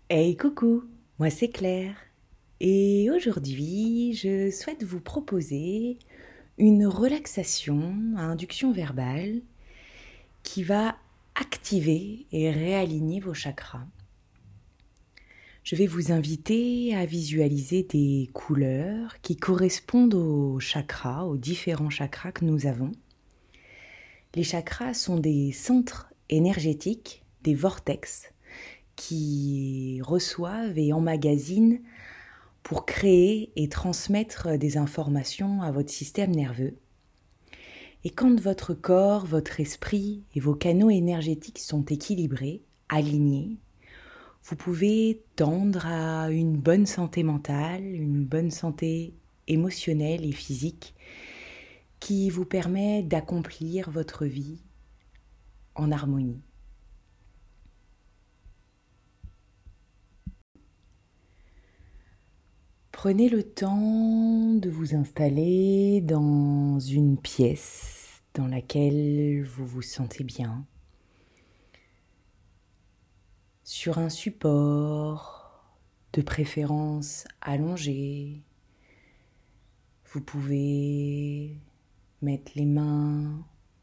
Hey coucou, moi c'est Claire et aujourd'hui je souhaite vous proposer une relaxation à induction verbale qui va activer et réaligner vos chakras. Je vais vous inviter à visualiser des couleurs qui correspondent aux chakras, aux différents chakras que nous avons. Les chakras sont des centres énergétiques, des vortex qui reçoivent et emmagasinent pour créer et transmettre des informations à votre système nerveux. Et quand votre corps, votre esprit et vos canaux énergétiques sont équilibrés, alignés, vous pouvez tendre à une bonne santé mentale, une bonne santé émotionnelle et physique qui vous permet d'accomplir votre vie en harmonie. Prenez le temps de vous installer dans une pièce dans laquelle vous vous sentez bien, sur un support, de préférence allongé. Vous pouvez mettre les mains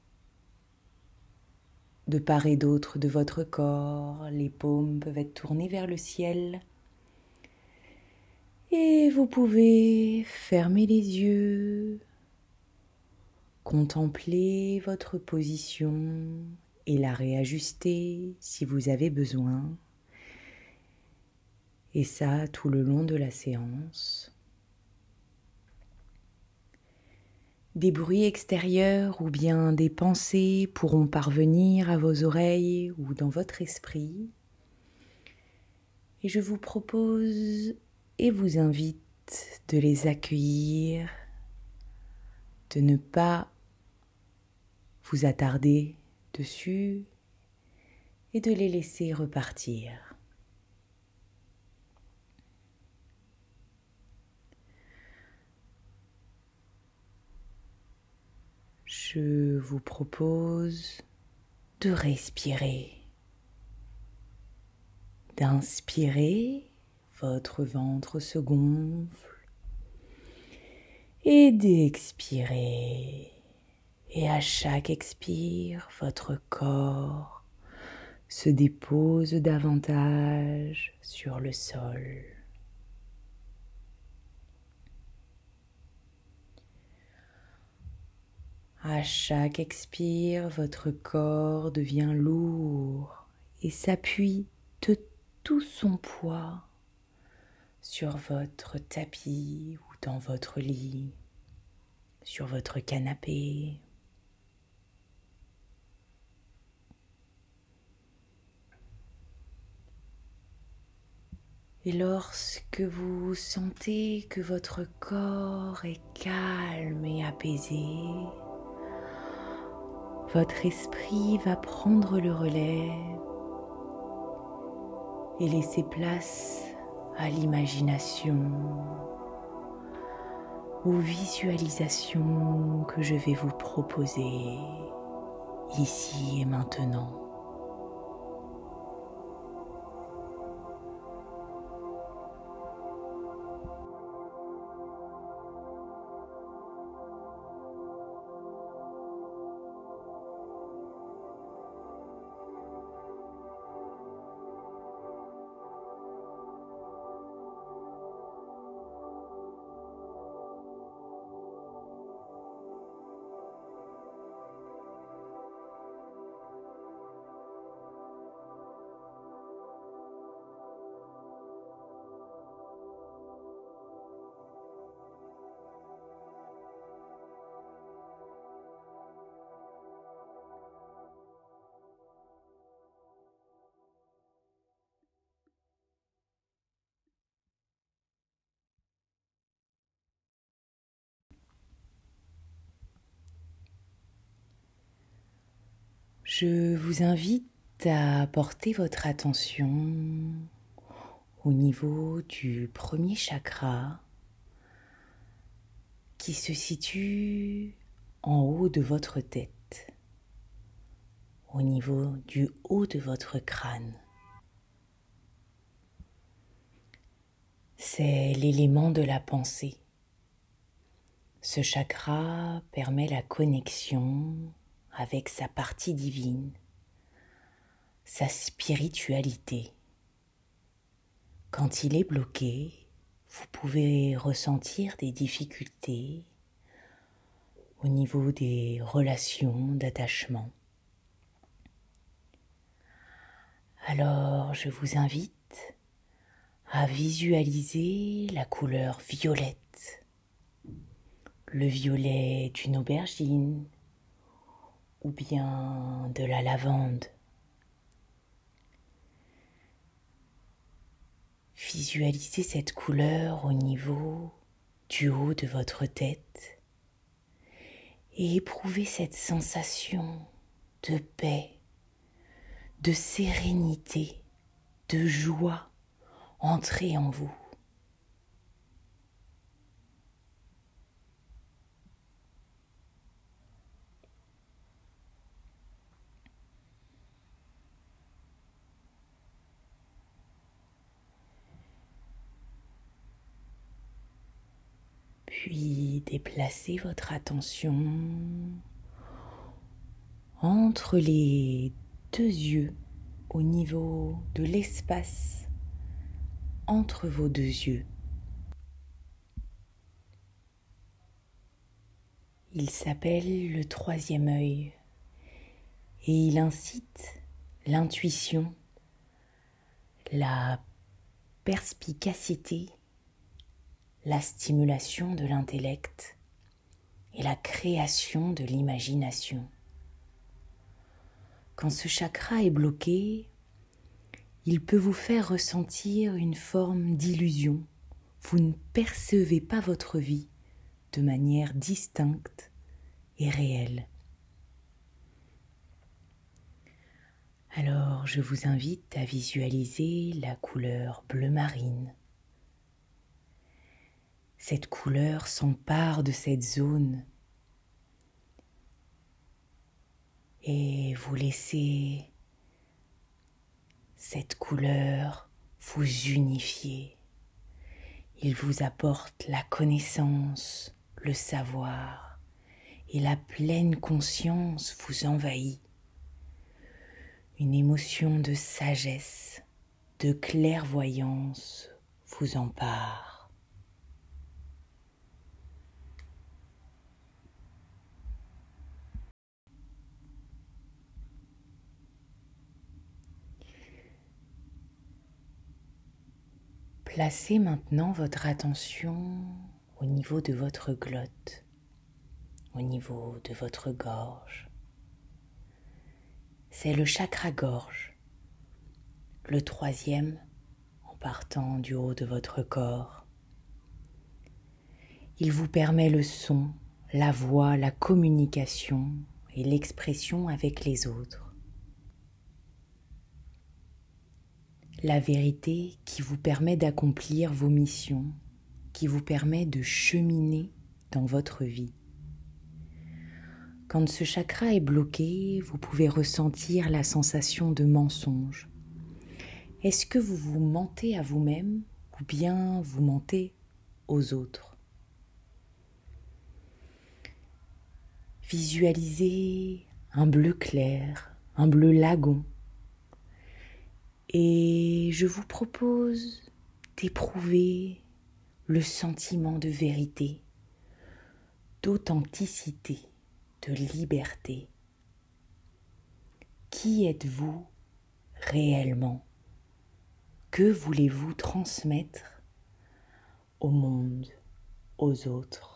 de part et d'autre de votre corps, les paumes peuvent être tournées vers le ciel. Et vous pouvez fermer les yeux, contempler votre position et la réajuster si vous avez besoin. Et ça tout le long de la séance. Des bruits extérieurs ou bien des pensées pourront parvenir à vos oreilles ou dans votre esprit. Et je vous propose et vous invite de les accueillir, de ne pas vous attarder dessus et de les laisser repartir. Je vous propose de respirer, d'inspirer, votre ventre se gonfle et d'expirer. Et à chaque expire, votre corps se dépose davantage sur le sol. À chaque expire, votre corps devient lourd et s'appuie de tout son poids sur votre tapis ou dans votre lit, sur votre canapé. Et lorsque vous sentez que votre corps est calme et apaisé, votre esprit va prendre le relais et laisser place à l'imagination, aux visualisations que je vais vous proposer ici et maintenant. Je vous invite à porter votre attention au niveau du premier chakra qui se situe en haut de votre tête, au niveau du haut de votre crâne. c'est l'élément de la pensée. Ce chakra permet la connexion avec sa partie divine, sa spiritualité. Quand il est bloqué, vous pouvez ressentir des difficultés au niveau des relations d'attachement. Alors, je vous invite à visualiser la couleur violette, le violet d'une aubergine ou bien de la lavande. Visualisez cette couleur au niveau du haut de votre tête et éprouvez cette sensation de paix, de sérénité, de joie entrer en vous. Puis déplacez votre attention entre les deux yeux au niveau de l'espace entre vos deux yeux. Il s'appelle le troisième œil et il incite l'intuition, la perspicacité, la stimulation de l'intellect et la création de l'imagination. Quand ce chakra est bloqué, il peut vous faire ressentir une forme d'illusion. Vous ne percevez pas votre vie de manière distincte et réelle. Alors, je vous invite à visualiser la couleur bleu marine. Cette couleur s'empare de cette zone et vous laissez cette couleur vous unifier. Il vous apporte la connaissance, le savoir et la pleine conscience vous envahit. Une émotion de sagesse, de clairvoyance vous empare. Placez maintenant votre attention au niveau de votre glotte, au niveau de votre gorge. C'est le chakra gorge, le troisième en partant du haut de votre corps. Il vous permet le son, la voix, la communication et l'expression avec les autres. La vérité qui vous permet d'accomplir vos missions, qui vous permet de cheminer dans votre vie. Quand ce chakra est bloqué, vous pouvez ressentir la sensation de mensonge. Est-ce que vous vous mentez à vous-même ou bien vous mentez aux autres? Visualisez un bleu clair, un bleu lagon. Et je vous propose d'éprouver le sentiment de vérité, d'authenticité, de liberté. Qui êtes-vous réellement? Que voulez-vous transmettre au monde, aux autres?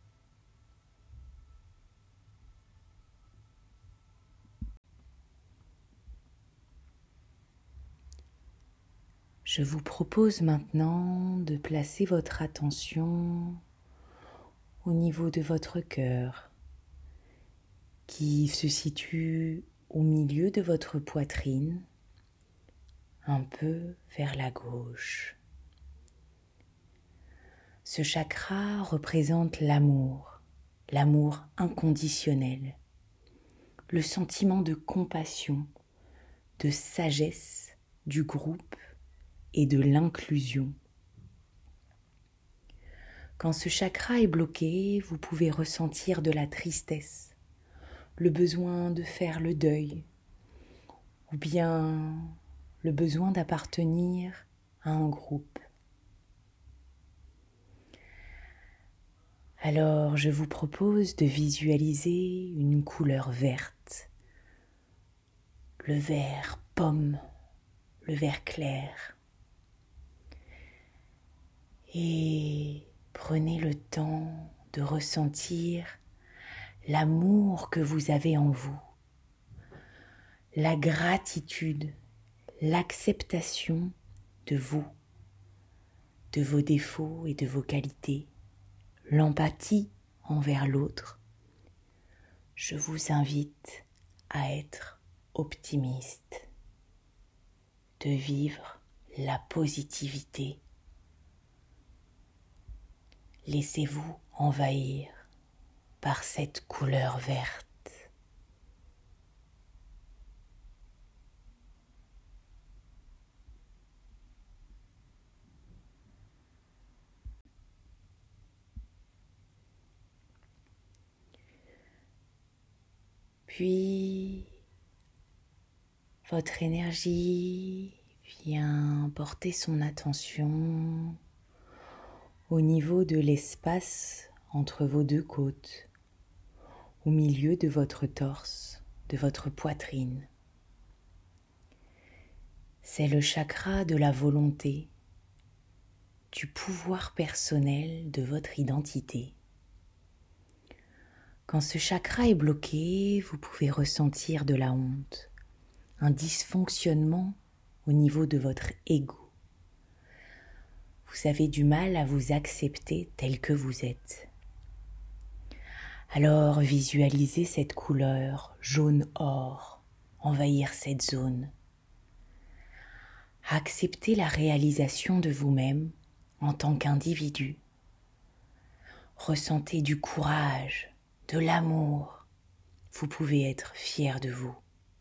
Je vous propose maintenant de placer votre attention au niveau de votre cœur, qui se situe au milieu de votre poitrine, un peu vers la gauche. Ce chakra représente l'amour, l'amour inconditionnel, le sentiment de compassion, de sagesse du groupe et de l'inclusion. Quand ce chakra est bloqué, vous pouvez ressentir de la tristesse, le besoin de faire le deuil, ou bien le besoin d'appartenir à un groupe. Alors je vous propose de visualiser une couleur verte, le vert pomme, le vert clair. Et prenez le temps de ressentir l'amour que vous avez en vous, la gratitude, l'acceptation de vous, de vos défauts et de vos qualités, l'empathie envers l'autre. Je vous invite à être optimiste, de vivre la positivité. Laissez-vous envahir par cette couleur verte. Puis, votre énergie vient porter son attention au niveau de l'espace entre vos deux côtes, au milieu de votre torse, de votre poitrine. C'est le chakra de la volonté, du pouvoir personnel de votre identité. Quand ce chakra est bloqué, vous pouvez ressentir de la honte, un dysfonctionnement au niveau de votre ego. Vous avez du mal à vous accepter tel que vous êtes. Alors visualisez cette couleur jaune-or envahir cette zone. Acceptez la réalisation de vous-même en tant qu'individu. Ressentez du courage, de l'amour. Vous pouvez être fier de vous.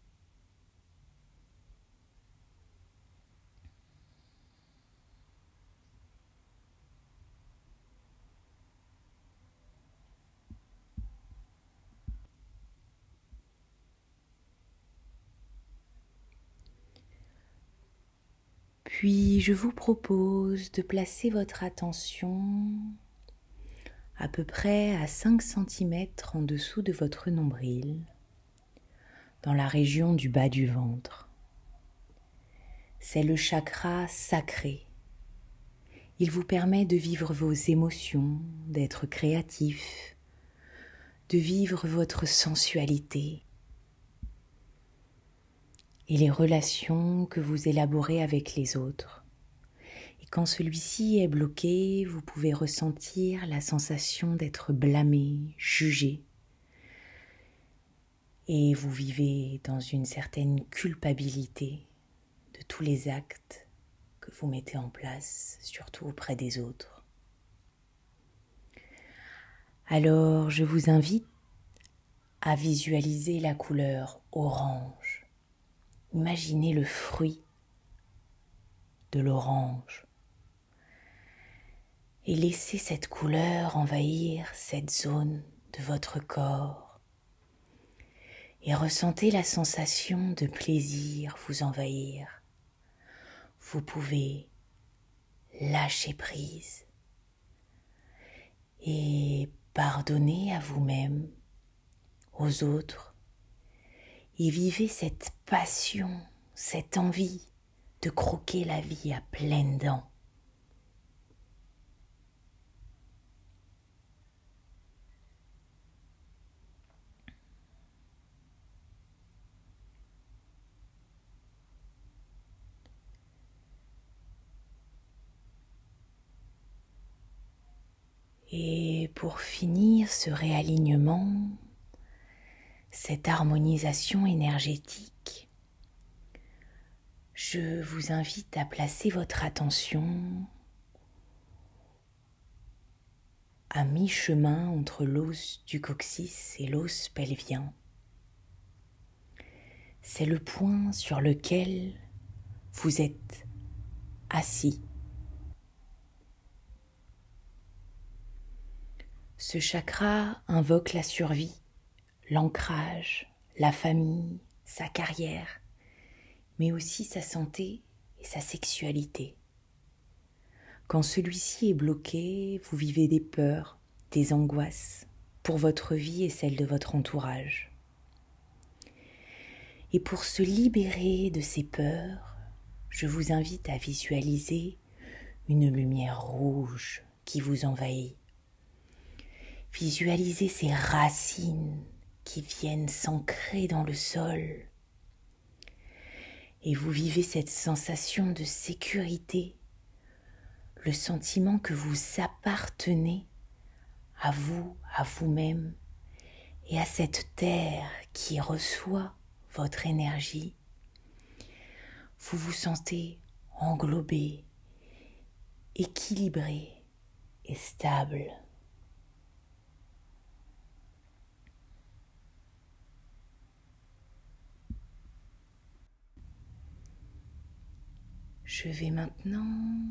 Puis je vous propose de placer votre attention à peu près à 5 cm en dessous de votre nombril, dans la région du bas du ventre. C'est le chakra sacré. Il vous permet de vivre vos émotions, d'être créatif, de vivre votre sensualité et les relations que vous élaborez avec les autres. Et quand celui-ci est bloqué, vous pouvez ressentir la sensation d'être blâmé, jugé. Et vous vivez dans une certaine culpabilité de tous les actes que vous mettez en place, surtout auprès des autres. Alors, je vous invite à visualiser la couleur orange. Imaginez le fruit de l'orange et laissez cette couleur envahir cette zone de votre corps et ressentez la sensation de plaisir vous envahir. Vous pouvez lâcher prise et pardonner à vous-même, aux autres, et vivez cette passion, cette envie de croquer la vie à pleines dents. Et pour finir ce réalignement, cette harmonisation énergétique, je vous invite à placer votre attention à mi-chemin entre l'os du coccyx et l'os pelvien. C'est le point sur lequel vous êtes assis. Ce chakra invoque la survie, l'ancrage, la famille, sa carrière, mais aussi sa santé et sa sexualité. Quand celui-ci est bloqué, vous vivez des peurs, des angoisses pour votre vie et celle de votre entourage. Et pour se libérer de ces peurs, je vous invite à visualiser une lumière rouge qui vous envahit. Visualisez ces racines qui viennent s'ancrer dans le sol. Et vous vivez cette sensation de sécurité, le sentiment que vous appartenez à vous, à vous-même et à cette terre qui reçoit votre énergie. Vous vous sentez englobé, équilibré et stable. Je vais maintenant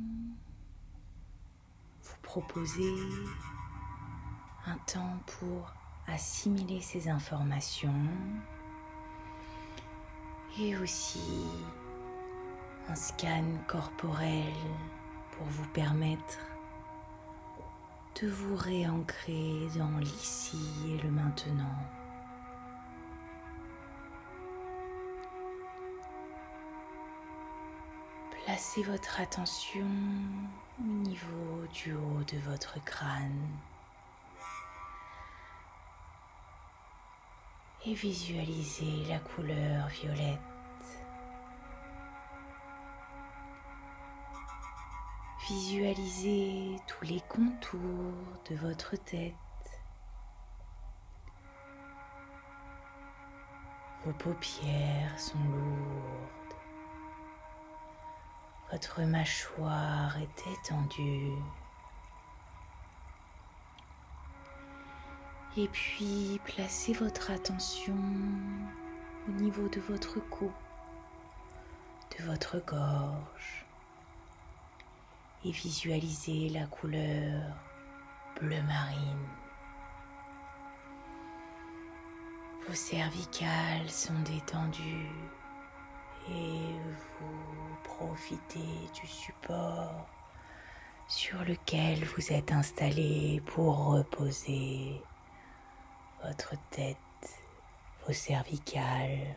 vous proposer un temps pour assimiler ces informations et aussi un scan corporel pour vous permettre de vous réancrer dans l'ici et le maintenant. Placez votre attention au niveau du haut de votre crâne et visualisez la couleur violette. Visualisez tous les contours de votre tête, vos paupières sont lourdes, votre mâchoire est étendue. Et puis, placez votre attention au niveau de votre cou, de votre gorge et visualisez la couleur bleu marine. Vos cervicales sont détendues et vous profitez du support sur lequel vous êtes installé pour reposer votre tête, vos cervicales.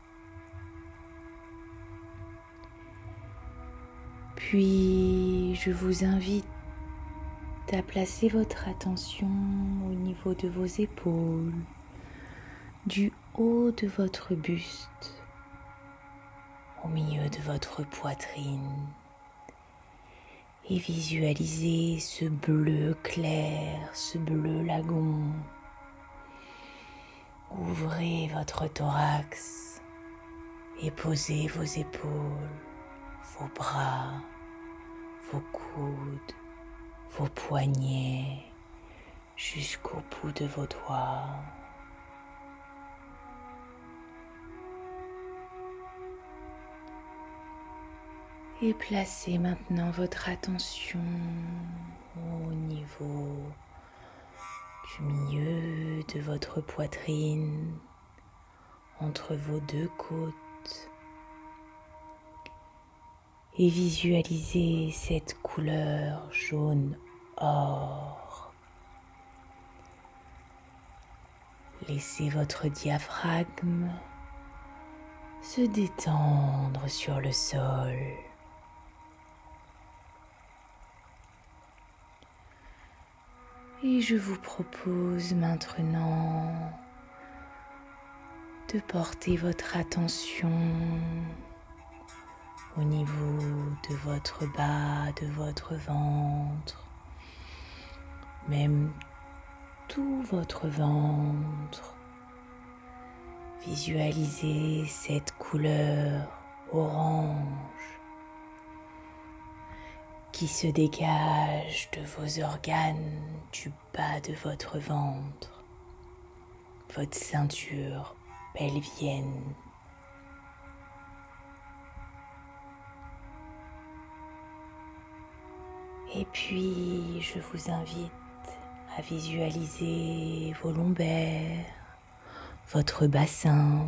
Puis, je vous invite à placer votre attention au niveau de vos épaules, du haut de votre buste, au milieu de votre poitrine, et visualisez ce bleu clair, ce bleu lagon. Ouvrez votre thorax et posez vos épaules, vos bras, vos coudes, vos poignets jusqu'au bout de vos doigts. Et placez maintenant votre attention au niveau du milieu de votre poitrine, entre vos deux côtes. Et visualisez cette couleur jaune or. Laissez votre diaphragme se détendre sur le sol. Et je vous propose maintenant de porter votre attention au niveau de votre bas, de votre ventre, même tout votre ventre. Visualisez cette couleur orange qui se dégage de vos organes du bas de votre ventre, votre ceinture pelvienne. Et puis, je vous invite à visualiser vos lombaires, votre bassin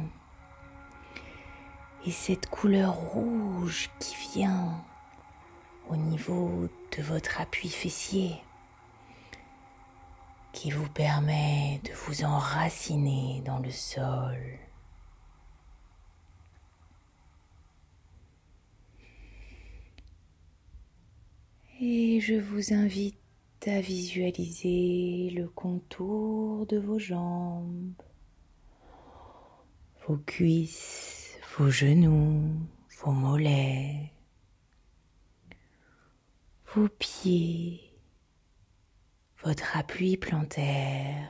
et cette couleur rouge qui vient au niveau de votre appui fessier, qui vous permet de vous enraciner dans le sol. Et je vous invite à visualiser le contour de vos jambes, vos cuisses, vos genoux, vos mollets, vos pieds, votre appui plantaire.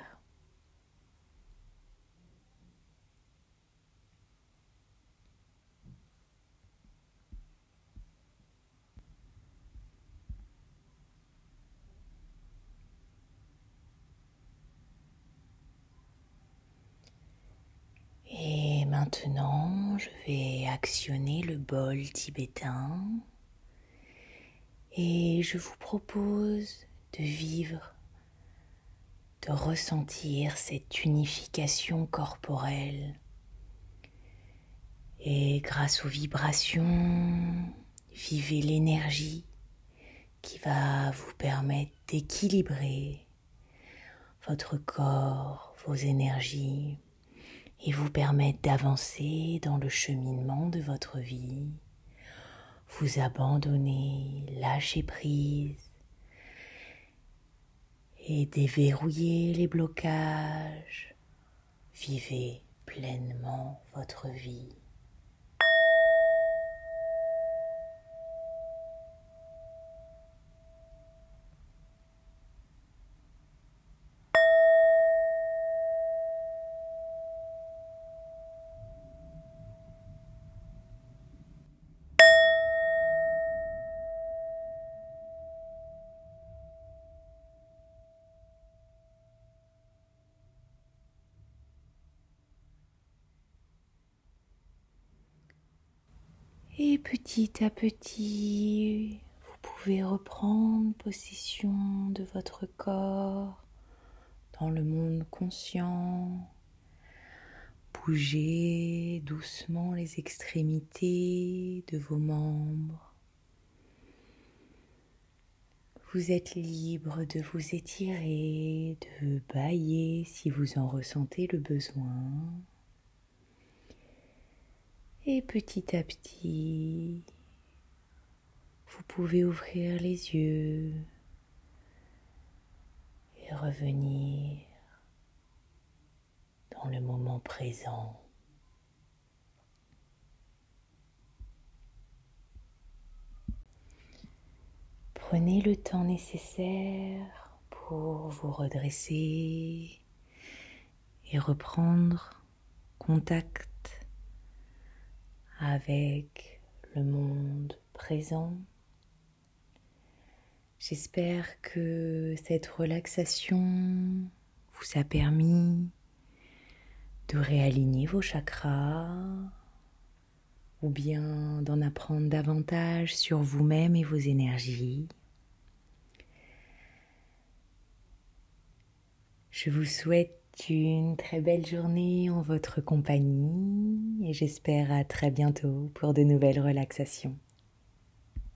Et maintenant, je vais actionner le bol tibétain et je vous propose de vivre, de ressentir cette unification corporelle. Et grâce aux vibrations, vivez l'énergie qui va vous permettre d'équilibrer votre corps, vos énergies et vous permettre d'avancer dans le cheminement de votre vie. Vous abandonner, lâcher prise et déverrouiller les blocages. Vivez pleinement votre vie. Et petit à petit, vous pouvez reprendre possession de votre corps dans le monde conscient. Bougez doucement les extrémités de vos membres. Vous êtes libre de vous étirer, de bâiller si vous en ressentez le besoin. Et petit à petit, vous pouvez ouvrir les yeux et revenir dans le moment présent. Prenez le temps nécessaire pour vous redresser et reprendre contact avec le monde présent. J'espère que cette relaxation vous a permis de réaligner vos chakras ou bien d'en apprendre davantage sur vous-même et vos énergies. Je vous souhaite une très belle journée en votre compagnie et j'espère à très bientôt pour de nouvelles relaxations.